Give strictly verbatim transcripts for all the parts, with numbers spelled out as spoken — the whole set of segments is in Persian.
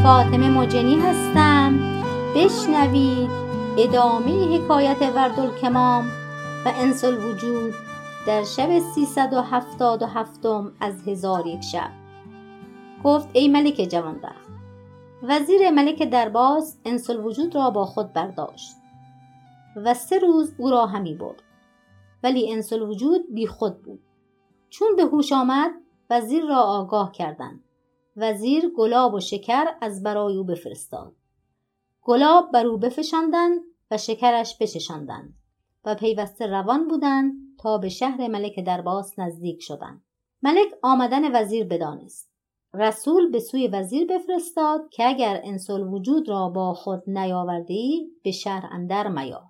فاطمه مجنی هستم. بشنوید ادامه حکایت وردالکمام و انس الوجود در شب سیصد و هفتاد و هفتم از هزار یک شب. گفت ای ملک جوانبخت. وزیر ملک درباس انس الوجود را با خود برداشت و سه روز او را همی برد، ولی انس الوجود بی خود بود. چون به هوش آمد وزیر را آگاه کردند. وزیر گلاب و شکر از برای او بفرستاد. گلاب بر او بفشاندند و شکرش بچشاندند و پیوسته روان بودند تا به شهر ملک درباس نزدیک شدند. ملک آمدن وزیر بدانست. رسول به سوی وزیر بفرستاد که اگر انس الوجود را با خود نیاوردی به شهر اندر میا.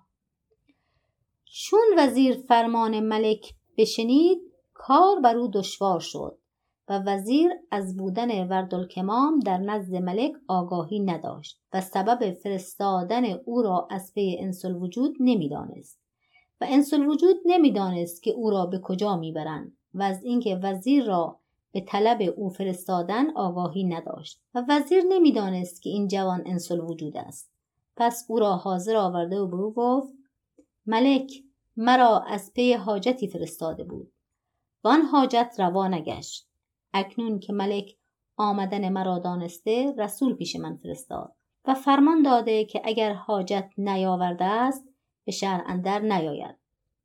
چون وزیر فرمان ملک بشنید کار بر او دشوار شد و وزیر از بودن وردالکمام در نزد ملک آگاهی نداشت و سبب فرستادن او را از پی انس الوجود نمیدانست و انس الوجود نمیدانست که او را به کجا میبرند و از اینکه وزیر را به طلب او فرستادن آگاهی نداشت و وزیر نمیدانست که این جوان انس الوجود است. پس او را حاضر آورده و به او گفت ملک مرا از پی حاجتی فرستاده بود و آن حاجت روا نگشت. اکنون که ملک آمدن مرا دانسته رسول پیش من فرستاد و فرمان داده که اگر حاجت نیاورده است به شهر اندر نیاید.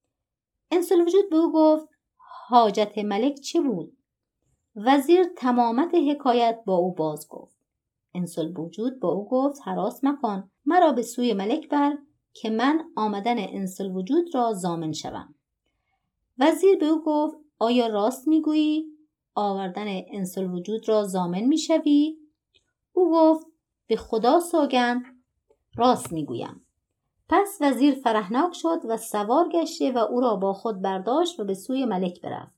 انس الوجود به او گفت حاجت ملک چه بود؟ وزیر تمامت حکایت با او باز گفت. انس الوجود با او گفت هراس مکن، مرا به سوی ملک بر که من آمدن انس الوجود را ضامن شوم. وزیر به او گفت آیا راست میگویی آوردن انس الوجود را ضامن میشوی؟ او گفت به خدا سوگند راست میگویم. پس وزیر فرحناک شد و سوار گشته و او را با خود برداشت و به سوی ملک برفت.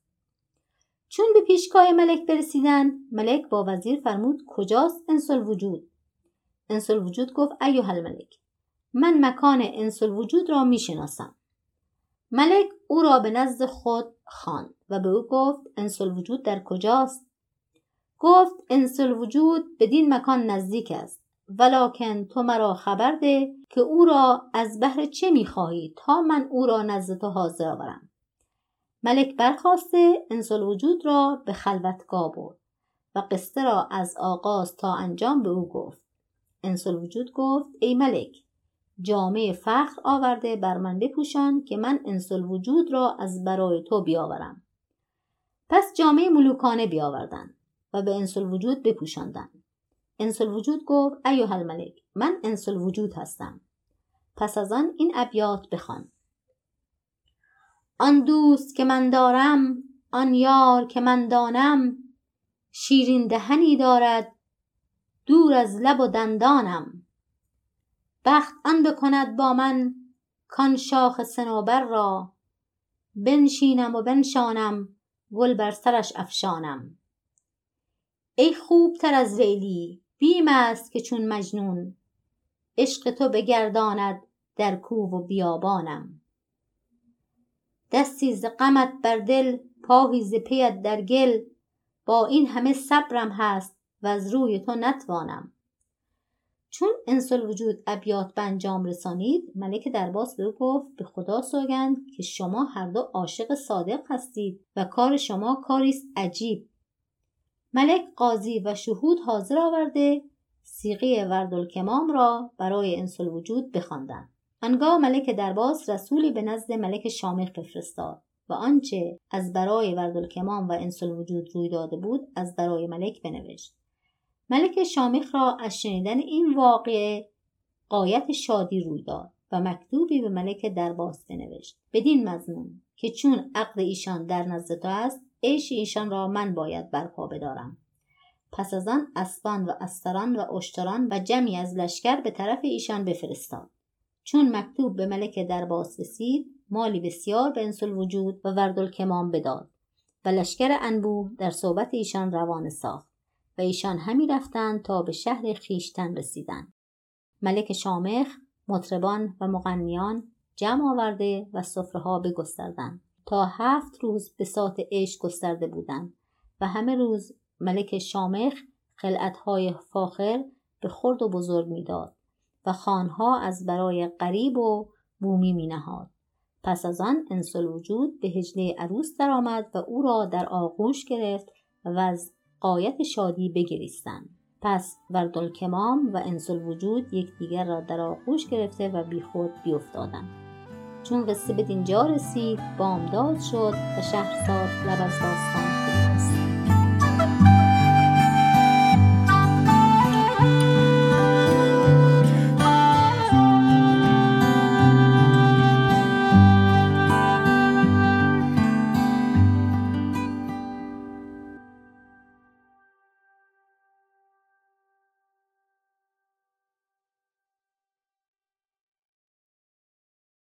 چون به پیشگاه ملک برسیدند ملک با وزیر فرمود کجاست انس الوجود؟ انس الوجود گفت ایها الملک من مکان انس الوجود را میشناسم. ملک او را به نزد خود خواند و به او گفت انس الوجود در کجاست؟ گفت انس الوجود بدین مکان نزدیک است، ولکن تو مرا خبر ده که او را از بهر چه میخواهی تا من او را نزد تو حاضر آورم. ملک برخاسته انس الوجود را به خلوتگاه برد و قصه را از آغاز تا انجام به او گفت. انس الوجود گفت ای ملک جامه فخر آورده بر من بپوشان که من انس الوجود را از برای تو بیاورم. پس جامه ملوکانه بیاوردند و به انس الوجود بپوشاندند. انس الوجود گفت ایها الملک من انس الوجود هستم. پس از آن این ابیات بخوان. آن دوست که من دارم آن یار که من دانم، شیرین دهنی دارد دور از لب و دندانم. بخت آن بکند با من کان شاخ صنوبر را، بنشینم و بنشانم گل بر سرش افشانم. ای خوب تر از لیلی بیم است که چون مجنون، عشق تو بگرداند در کوه و بیابانم. دستی ز غمت بر دل پاهی ز پیت در گل، با این همه صبرم هست و از روی تو نتوانم. چون انس الوجود ابیات به انجام رسانید ملک درباس به او گفت به خدا سوگند که شما هر دو عاشق صادق هستید و کار شما کاریست عجیب. ملک قاضی و شهود حاضر آورده صیغه وردالکمام را برای انس الوجود بخواندند. آنگاه ملک درباس رسولی به نزد ملک شامخ بفرستاد و آنچه از برای وردالکمام و انس الوجود روی داده بود از برای ملک بنوشت. ملک شامخ را از شنیدن این واقعه غایت شادی روی داد و مکتوبی به ملک درباس بنوشت بدین مضمون که چون عقد ایشان در نزد تو است عیش ایشان را من باید برپا بدارم. پس از آن اسبان و استران و اشتران و جمعی از لشکر به طرف ایشان بفرستاد. چون مکتوب به ملک درباس رسید مالی بسیار به انس الوجود و وردالکمام بداد و لشکر انبوه در صحبت ایشان روانه ساخت و ایشان همی رفتند تا به شهر خیشتن رسیدند. ملک شامخ مطربان و مغنیان جمع آورده و سفره‌ها بگستردند تا هفت روز بساط عیش گسترده بودند و همه روز ملک شامخ خلعت‌های فاخر به خرد و بزرگ میداد و خوانها از برای غریب و بومی می نهاد. پس از آن انس الوجود به حجله عروس درآمد و او را در آغوش گرفت و از غایت شادی بگریستند. پس وردالکمام و انس الوجود یکدیگر را در آغوش گرفته و بیخود بیفتادند. چون قصه به دینجا رسید، بامداد شد و شهرزاد لب از داستان